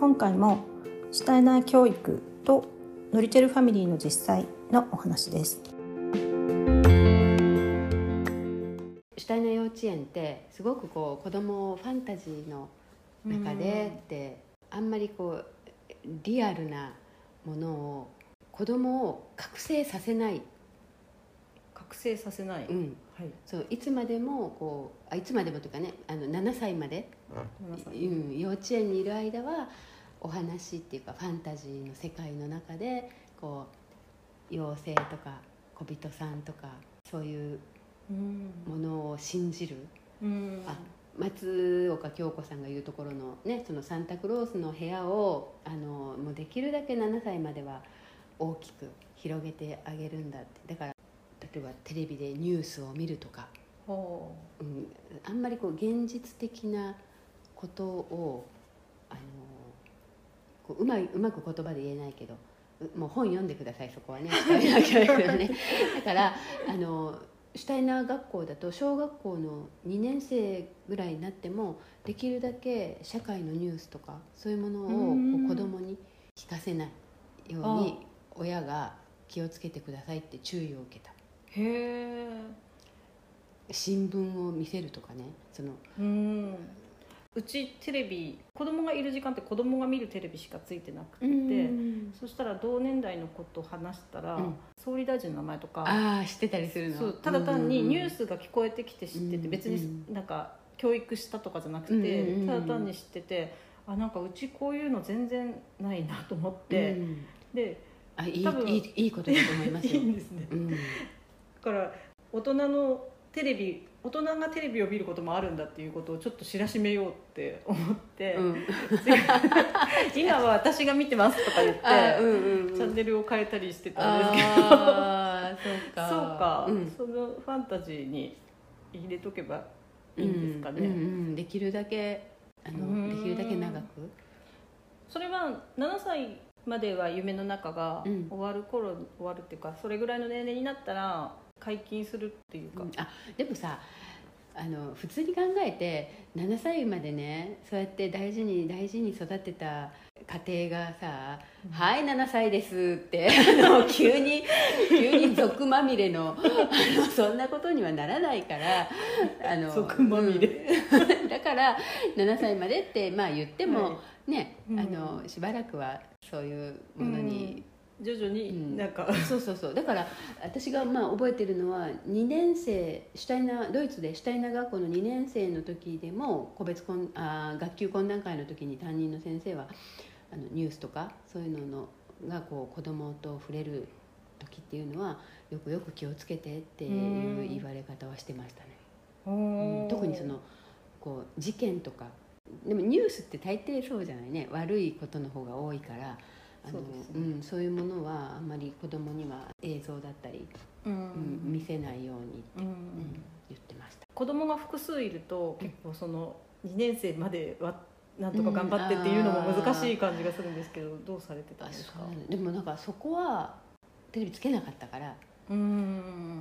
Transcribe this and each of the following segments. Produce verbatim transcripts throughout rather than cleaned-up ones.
今回もシュタイナー教育とノリチェルファミリーの実際のお話です。 シュタイナー幼稚園ってすごくこう子供をファンタジーの中でって、あんまりこうリアルなものを子供を覚醒させない、 覚醒させない、 うんはい、そういつまでもこうあいつまでもというかね、あのななさいまで、うん、幼稚園にいる間はお話っていうかファンタジーの世界の中でこう妖精とか小人さんとかそういうものを信じる、うん、あ松岡京子さんが言うところのね、そのサンタクロースの部屋をあのもうできるだけななさいまでは大きく広げてあげるんだって。だから例えばテレビでニュースを見るとか、うん、あんまりこう現実的なことをあのこううまいうまく言葉で言えないけど、もう本読んでください、そこはね、シュタイナー教育のねだからあのシュタイナー学校だと小学校のにねん生ぐらいになってもできるだけ社会のニュースとかそういうものをこう子供に聞かせないように親が気をつけてくださいって注意を受けた。 へー。 新聞を見せるとかね、そのうんうちテレビ、子供がいる時間って子供が見るテレビしかついてなくて、うん、そしたら同年代の子と話したら、うん、総理大臣の名前とかあ知ってたりするの。 そうただ単にニュースが聞こえてきて知ってて、別になんか教育したとかじゃなくて、うん、ただ単に知ってて、あなんかうちこういうの全然ないなと思って、うん、であいい多分いいいいことだと思いますよ。 いいんですね、うん、だから大人のテレビ大人がテレビを見ることもあるんだっていうことをちょっと知らしめようって思って、うん、今は私が見てますとか言って、うんうん、チャンネルを変えたりしてたんですけど、あそうかそうか、うん、そのファンタジーに入れとけばいいんですかね、 うんうんうん、できるだけあのできるだけ長く。 それはななさいまでは夢の中が終わる頃、うん、終わるっていうかそれぐらいの年齢になったら解禁するっていうか、うん、 あでもさあの普通に考えてななさいまでねそうやって大事に大事に育てた家庭がさ「うん、はいななさいです」ってあの急に急に俗まみれのあのそんなことにはならないからあの俗まみれ、 うん、だからななさいまでってまあ言っても、はい、ね、うん、あのしばらくはそういうものに、うん徐々になんか、 うん、そうそうそうだから私がまあ覚えてるのはにねん生シュタイナードイツでシュタイナー学校のにねん生の時でも個別こんあ学級懇談会の時に担任の先生はあのニュースとかそういうののがこう子供と触れる時っていうのはよくよく気をつけてっていう言われ方はしてましたね。うん、特にそのこう事件とかでもニュースって大抵そうじゃないね、悪いことの方が多いからあの そうですね、うん、そういうものはあんまり子供には映像だったり、うんうん、見せないようにって、うんうん、言ってました。 子供が複数いると結構そのにねん生まではなんとか頑張ってっていうのも難しい感じがするんですけど、うん、どうされてたんですか？ でもなんかそこはテレビつけなかったからうん、うん、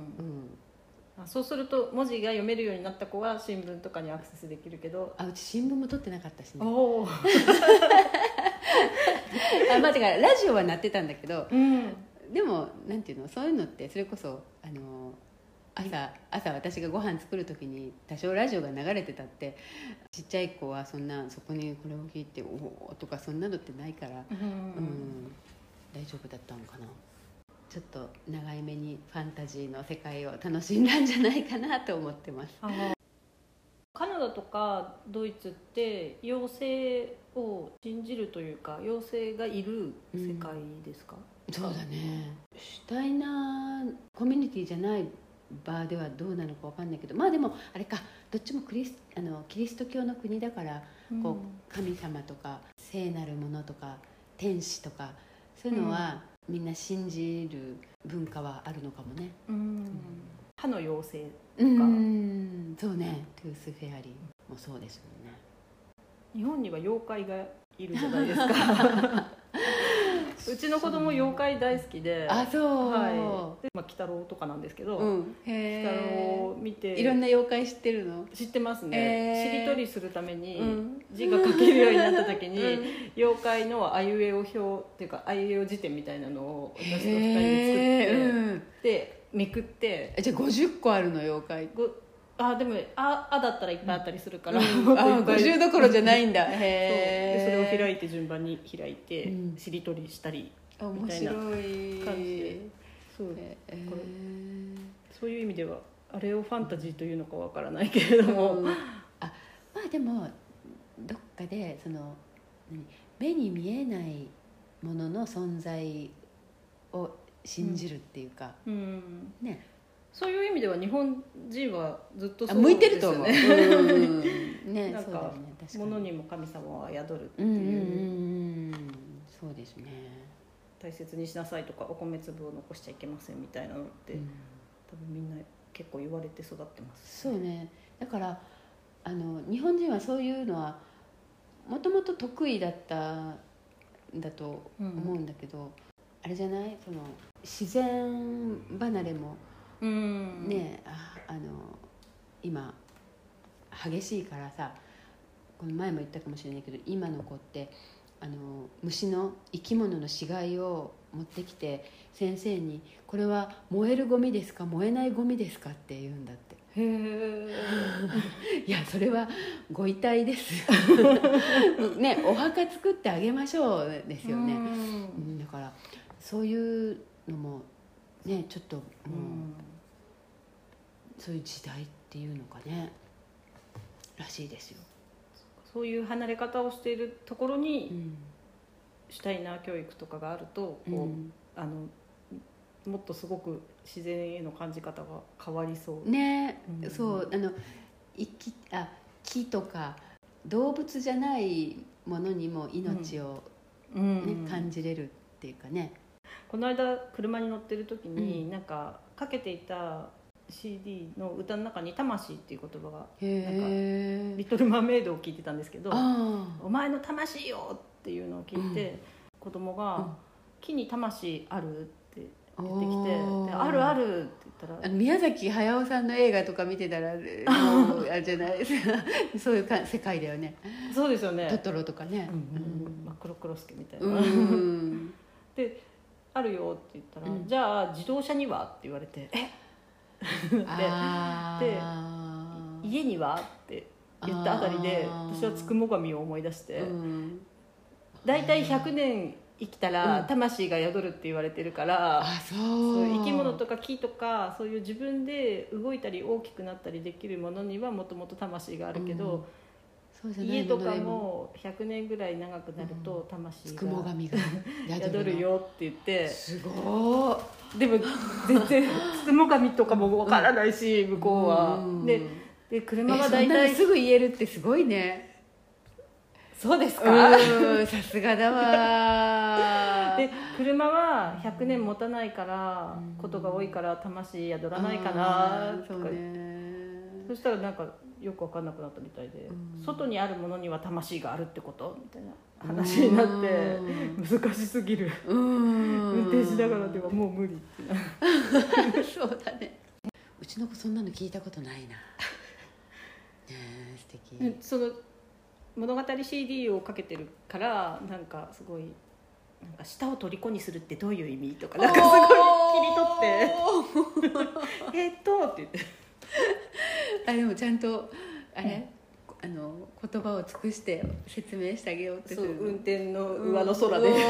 あそうすると文字が読めるようになった子は新聞とかにアクセスできるけど、 あうち新聞も撮ってなかったしね。 おあまあだからラジオは鳴ってたんだけど、うん、でもなんていうのそういうのってそれこそあの 朝, 朝私がご飯作る時に多少ラジオが流れてたってちっちゃい子はそんなそこにこれを聞いておおとかそんなのってないから、うんうん、大丈夫だったのかな。ちょっと長い目にファンタジーの世界を楽しんだんじゃないかなと思ってます。 カナダとかドイツって妖精を信じるというか妖精がいる世界ですか？ うん、そうだね。シュタイナーコミュニティじゃない場ではどうなのか分かんないけど、まあでもあれかどっちもクリスあのキリスト教の国だから、うん、こう神様とか聖なるものとか天使とかそういうのは、うん、みんな信じる文化はあるのかもね。うん、うん、 歯の妖精とか、うんそうね、トゥースフェアリーもそうですもんね。 日本には妖怪がいるじゃないですかうちの子供妖怪大好きで、 あ、そう、 はいで、まあ、鬼太郎とかなんですけど、 うん、へ鬼太郎を見ていろんな妖怪知ってるの？ 知ってますね。しりとりするために、 うん、 字が書けるようになった時に、 うん、 妖怪のあいうえお表っていうかあいうえお辞典みたいなのを私とふたりで作って、うん、でめくって、 じゃあごじゅっこあるの妖怪？ あでもああだったらいっぱいあったりするから、うんうん、あごじゅうどころじゃないんだ。へそうでそれを開いて順番に開いて、うん、しりとりしたりみたいな感じで、そう、えー、これそういう意味ではあれをファンタジーというのかわからないけれども、うん、 あまあでもどっかでその目に見えないものの存在を信じるっていうか、うんうんね、 そういう意味では日本人はずっとそうですよね。 向いてると思う。うんね、 なんか、 そうだよね、確かに。 物にも神様は宿るっていう、 うんうんうん、そうですね。 大切にしなさいとかお米粒を残しちゃいけませんみたいなのって、うん、多分みんな結構言われて育ってます、 ね。そうね。だからあの日本人はそういうのはもともと得意だったんだと思うんだけど、うん、あれじゃないその自然離れも、うん、ねああの今激しいからさ、この前も言ったかもしれないけど今の子ってあの虫の生き物の死骸を持ってきて先生にこれは燃えるゴミですか燃えないゴミですかって言うんだって。へいやそれはご遺体ですね、お墓作ってあげましょうですよね。うん、だからそういうのもねちょっともう、うん、そういう時代っていうのかねらしいですよ。 そういう離れ方をしているところに、うん、シュタイナー教育とかがあるとこう、うん、あのもっとすごく自然への感じ方が変わりそうね、うん、そうあの生きあ木とか動物じゃないものにも命を、ねうん、感じれるっていうかね。 この間車に乗ってる時に、うん、なんかかけていた シーディー の歌の中に魂っていう言葉がなんかリトルマーメイドを聞いてたんですけど、お前の魂よっていうのを聞いて、うん、子供が、うん、木に魂あるって言ってきて、であるあるって言ったら、 あの宮崎駿さんの映画とか見てたらあれじゃないですかそういうか世界だよね。 そうですよね。 トトロとかね、 うんうんまあ、黒黒助みたいな、うん、であるよって言ったら、うん、じゃあ自動車にはって言われてえで, で家にはって言ったあたりで私はつくも神を思い出して、うん、だいたいひゃくねん生きたら魂が宿るって言われてるから、うん、あそうそう生き物とか木とかそういう自分で動いたり大きくなったりできるものにはもともと魂があるけど、うんそうじゃない家とかもひゃくねんぐらい長くなると魂が、うん、つくも神が宿るよって言ってすごいでも全然つくも神とかも分からないし、うん、向こうは、うん、で, で車は大体すぐ言えるってすごいね。 そうですかさすがだわで車はひゃくねん持たないからことが多いから魂宿らないかなとか、ね、そしたらなんかよく分かんなくなったみたいで、うん、外にあるものには魂があるってことみたいな話になって難しすぎる運転しながらではもう無理ってなそうだね。うちの子そんなの聞いたことないなねえ素敵。 その物語 シーディー をかけてるからなんかすごいなんか舌を虜にするってどういう意味とかなんかすごい切り取ってえっとって言ってあでもちゃんとあれ、うん、あの言葉を尽くして説明してあげようってそう運転の上の空でで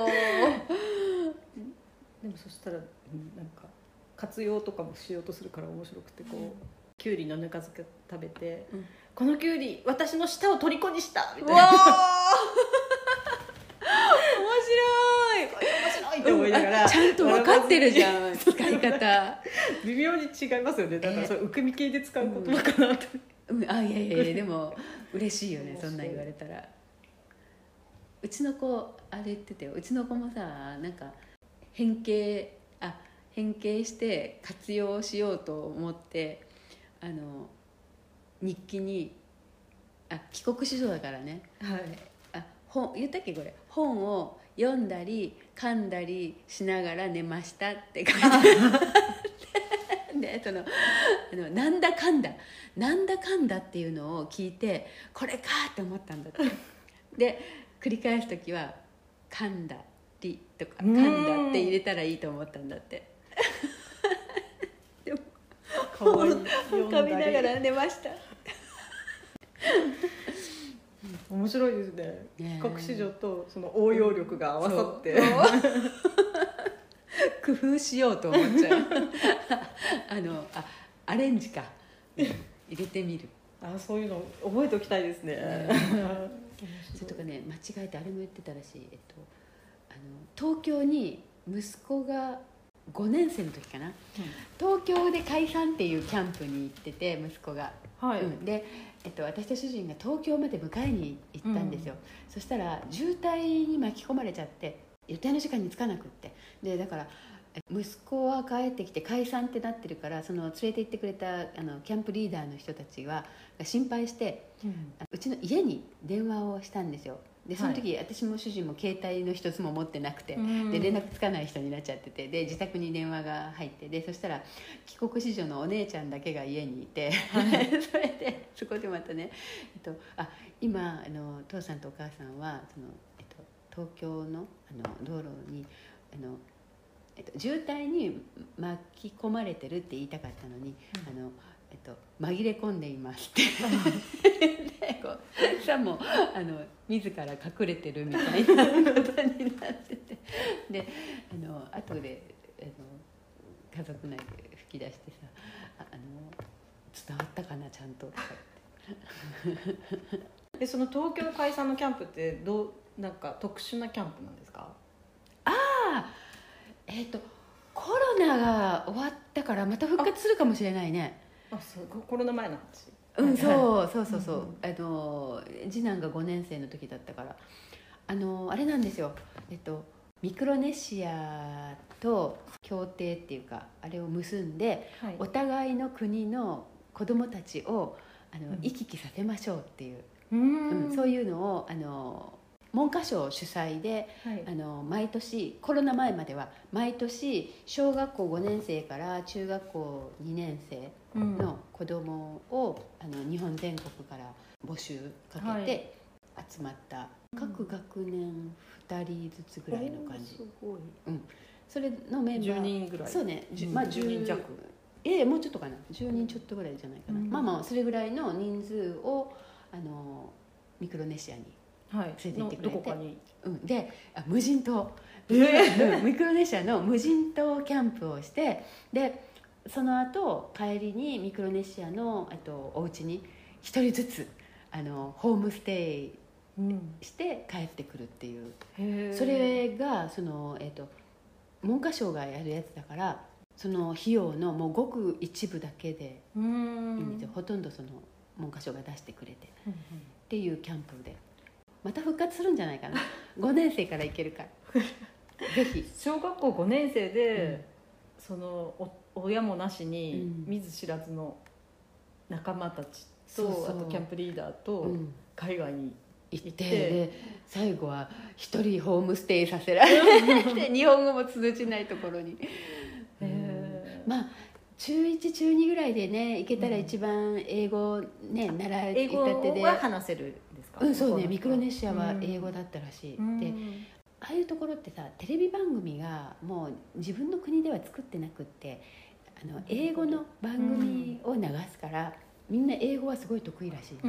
もそしたらなんか活用とかもしようとするから面白くてこう、うん、きゅうりのぬか漬け食べて、うん、このきゅうり私の舌を虜にしたみたいな面白いこれ面白いって思いながら、 うん、ちゃんと分かってるじゃん使い方微妙に違いますよね。だからそれ受け身系で使う言葉かなと、 うんうん、あいやいやいやでも嬉しいよねそんな言われたら。うちの子あれ言ってたよ。うちの子もさなんか変形あ変形して活用しようと思ってあの日記にあ帰国子女だからね、はい、あ本言ったっけこれ本を読んだり噛んだりしながら寝ましたって書いてあってでそのあのなんだかんだなんだかんだっていうのを聞いてこれかって思ったんだってで繰り返す時は噛んだりとか噛んだって入れたらいいと思ったんだってでもかわいい噛みながら寝ました面白いですね。 ね帰国子女とその応用力が合わさって工夫しようと思っちゃうあのあアレンジか入れてみるあそういうの覚えておきたいですね、ねそれとかね間違えてあれも言ってたらしい、えっと、あの東京に息子がごねん生の時かな、うん、東京で解散っていうキャンプに行ってて息子が、はいうん、で、えっと、私と主人が東京まで迎えに行ったんですよ、うん、そしたら渋滞に巻き込まれちゃって予定の時間に着かなくってでだから息子は帰ってきて解散ってなってるからその連れて行ってくれたあのキャンプリーダーの人たちは心配して、うん、うちの家に電話をしたんですよ。でその時、はい、私も主人も携帯の一つも持ってなくて、うん、で連絡つかない人になっちゃっててで自宅に電話が入ってでそしたら帰国子女のお姉ちゃんだけが家にいて、はい、それでそこでまたね、えっと、あ今あの父さんとお母さんはその、えっと、東京の、あの道路にあのえっと、渋滞に巻き込まれてるって言いたかったのに、うん、あのえっと、紛れ込んでいますってでこうさもあの自ら隠れてるみたいなことになっててであの後であの家族内で吹き出してさああの伝わったかなちゃんととかってでその東京解散のキャンプってどうなんか特殊なキャンプなんですか？ ああえー、とコロナが終わったからまた復活するかもしれないね。 ああそうコロナ前の話。 うん、そうそうそうそう、うんうん、あの次男がごねん生の時だったからあのあれなんですよ、えっと、ミクロネシアと協定っていうかあれを結んで、はい、お互いの国の子どもたちをあの、うん、行き来させましょうっていう、うん、うん、そういうのをあの文科省主催で、はい、あの毎年コロナ前までは毎年小学校ごねん生から中学校にねん生の子どもを、うん、あの日本全国から募集かけて集まった、はい、各学年ふたりずつぐらいの感じ、すごい、うん、それのメンバーじゅうにんぐらいそうね、 まあ、じゅうにん弱ええもうちょっとかなじゅうにんちょっとぐらいじゃないかな、うん、まあまあそれぐらいの人数をあのミクロネシアに連れて行ってくれて、はい、どこかに、うん、であ無人島、えー、ミクロネシアの無人島キャンプをしてでその後帰りにミクロネシアのとお家に一人ずつあのホームステイして帰ってくるっていう、うん、それがその、えー、と文科省がやるやつだからその費用のもうごく一部だけでいいんですよ。ほとんどその文科省が出してくれて、うんうん、っていうキャンプでまた復活するんじゃないかなごねん生から行けるからぜひ小学校ごねん生で、うん、その親もなしに見ず知らずの仲間たちと、うん、あとキャンプリーダーと海外に行って、うん、 で最後は一人ホームステイさせられて日本語も通じないところに、うん、まあ中いち中にぐらいでね行けたら一番英語ね、うん、習いたてで英語は話せるんですか？ うん、そうね、ミクロネシアは英語だったらしい、うん、でああいうところってさテレビ番組がもう自分の国では作ってなくってあの英語の番組を流すから、うん、みんな英語はすごい得意らしい、うん、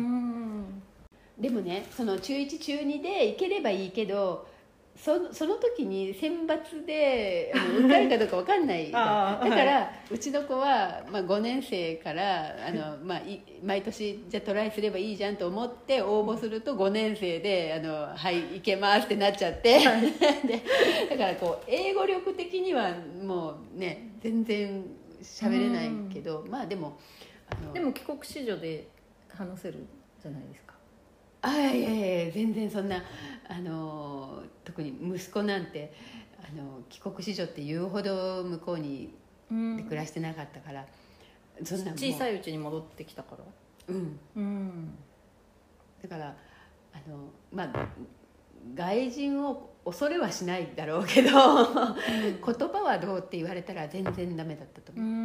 でもねその中いち中にで行ければいいけどそ, その時に選抜で受かるかどうか分かんないだから、はい、うちの子は、まあ、ごねん生からあの、まあ、い毎年じゃトライすればいいじゃんと思って応募するとごねん生であのはい行けますってなっちゃって、はい、でだからこう英語力的にはもうね全然喋れないけど、まあでもあのでも帰国子女で話せるじゃないですか。 あいやいやいや全然そんなあの特に息子なんてあの帰国子女っていうほど向こうにで暮らしてなかったから、 うん、そんな小さいうちに戻ってきたからうん、うん、だからあのまあ外人を恐れはしないだろうけど、うん、言葉はどうって言われたら全然ダメだったと思う。うん、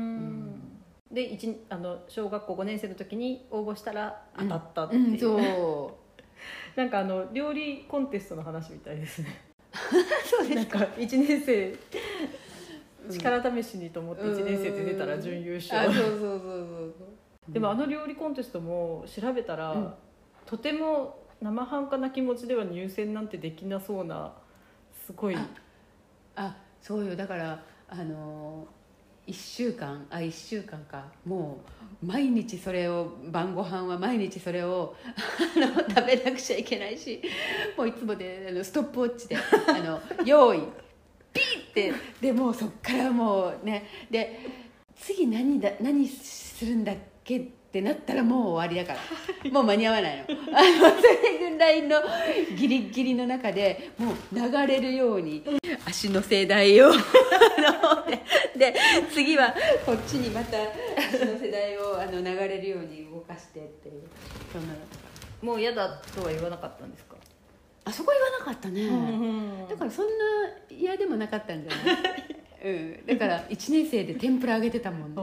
で一あの小学校ごねん生の時に応募したら当たったっていう、 うんうん、そうなんかあの料理コンテストの話みたいですねそうですか。 なんかいちねん生力試しにと思っていちねん生で出たら準優勝、 うん、あそうそうそうそうでもあの料理コンテストも調べたら、うん、とても生半可な気持ちでは入選なんてできなそうな、すごいあ, あそうよ。だからあのいっしゅうかんあいっしゅうかんかもう毎日それを晩ご飯は毎日それをあの食べなくちゃいけないし、もういつもであのストップウォッチであの用意ピーってでもうそっからもうねで次何だ何するんだっけってなったらもう終わりだからもう間に合わないのあのそれぐらいのギリギリの中でもう流れるように足の世代をで, で次はこっちにまた足の世代をあの流れるように動かしてっていう。そんなもう嫌だとは言わなかったんですか？ あそこ言わなかったね、うんうん、だからそんな嫌でもなかったんじゃないうん、だからいちねん生で天ぷら揚げてたもんね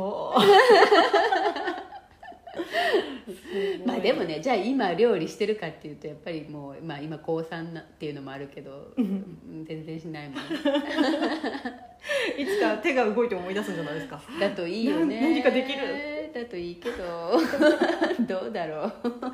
まあでもね、じゃあ今料理してるかっていうとやっぱりもう、まあ、今高さんなっていうのもあるけど全然しないもんいつか手が動いて思い出すんじゃないですか。 だといいよね。 何かできるだといいけどどうだろう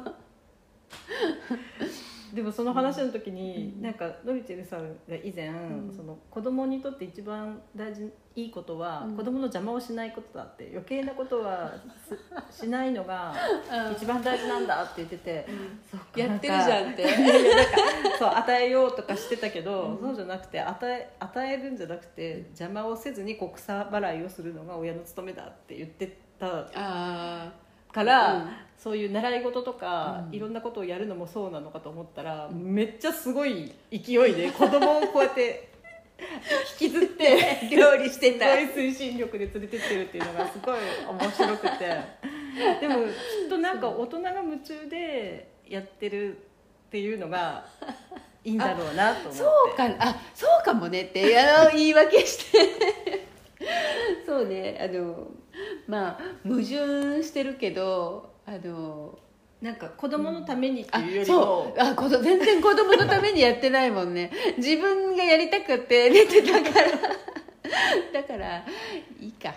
でもその話の時に、うん、なんかノリチェルさんが以前、うん、その子供にとって一番大事いいことは、うん、子供の邪魔をしないことだって、余計なことは し, しないのが一番大事なんだって言ってて、 うん、やってるじゃんってなんかそう与えようとかしてたけど、うん、そうじゃなくて 与 え, 与えるんじゃなくて邪魔をせずにこう草払いをするのが親の務めだって言ってたあから、うん、そういう習い事とか、うん、いろんなことをやるのもそうなのかと思ったら、うん、めっちゃすごい勢いで子供をこうやって引きずって料理してたすごい推進力で連れてってるっていうのがすごい面白くてでもきっとなんか大人が夢中でやってるっていうのがいいんだろうなと思って。 そうか、あ、そうかもねってあの言い訳してそうね、あのまあ矛盾してるけど、あのなんか子供のためにっていうよりも、 うん、あそうあ全然子供のためにやってないもんね自分がやりたくて出てたからだからいいか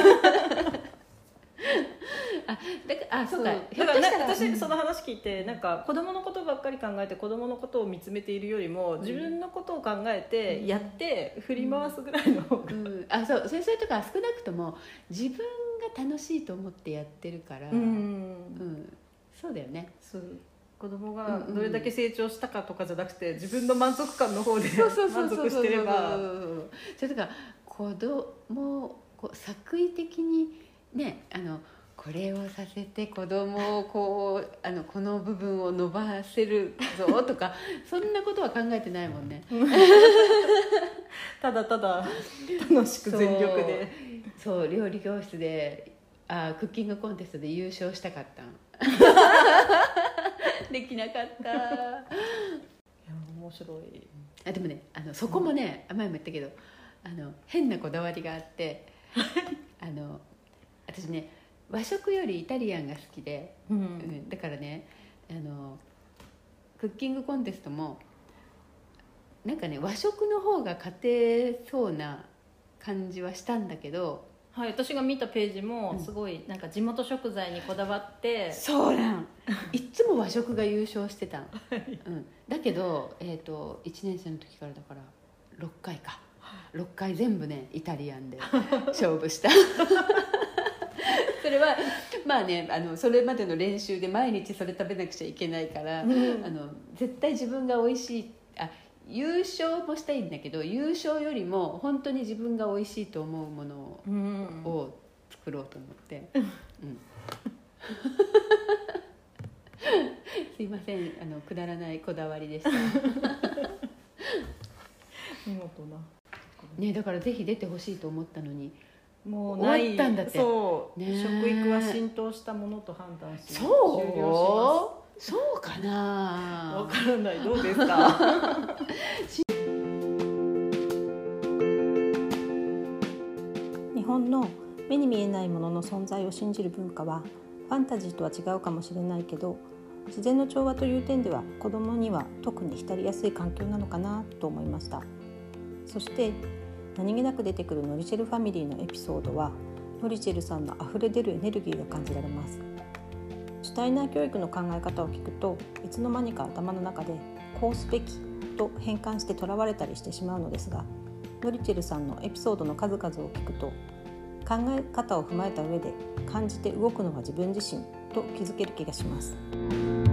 あだからあそうかだから私その話聞いて、なんか子供のことばっかり考えて子供のことを見つめているよりも、うん、自分のことを考えてやって振り回すぐらいの方が、 うんうん、あそう先生とか少なくとも自分が楽しいと思ってやってるから、うんうん、そうだよね。 そう子供がどれだけ成長したかとかじゃなくて、自分の満足感の方で満足してれば、 それとか子供をこう作為的にね、あのこれをさせて子供をこうあのこの部分を伸ばせるぞとかそんなことは考えてないもんねただただ楽しく全力でそう、そう料理教室であクッキングコンテストで優勝したかったんできなかったいや面白い。 あでもね、あのそこもね、うん、前も言ったけどあの変なこだわりがあってあの私ね和食よりイタリアンが好きで、うんうん、だからねあのクッキングコンテストもなんかね和食の方が勝てそうな感じはしたんだけど、 はい、私が見たページもすごいなんか地元食材にこだわって、 うん、そうなんいっつも和食が優勝してたん、うん、だけど、えーと、いちねん生の時からだからろっかいかろっかい全部ねイタリアンで勝負したそれはまあねあのそれまでの練習で毎日それ食べなくちゃいけないから、うん、あの絶対自分が美味しいあ優勝もしたいんだけど優勝よりも本当に自分が美味しいと思うものを作ろうと思って、うんうん、すいませんあのくだらないこだわりでした見事な、 ね、だからぜひ出てほしいと思ったのにもうない終わったんだって。 そう、ね、食育は浸透したものと判断しそう終了します。 そうかな、 わからない。どうですか？日本の目に見えないものの存在を信じる文化はファンタジーとは違うかもしれないけど、自然の調和という点では子供には特に浸りやすい環境なのかなと思いました。そして何気なく出てくるノリチェルファミリーのエピソードは、ノリチェルさんのあふれ出るエネルギーが感じられます。シュタイナー教育の考え方を聞くと、いつの間にか頭の中でこうすべきと変換してとらわれたりしてしまうのですが、ノリチェルさんのエピソードの数々を聞くと、考え方を踏まえた上で感じて動くのは自分自身と気づける気がします。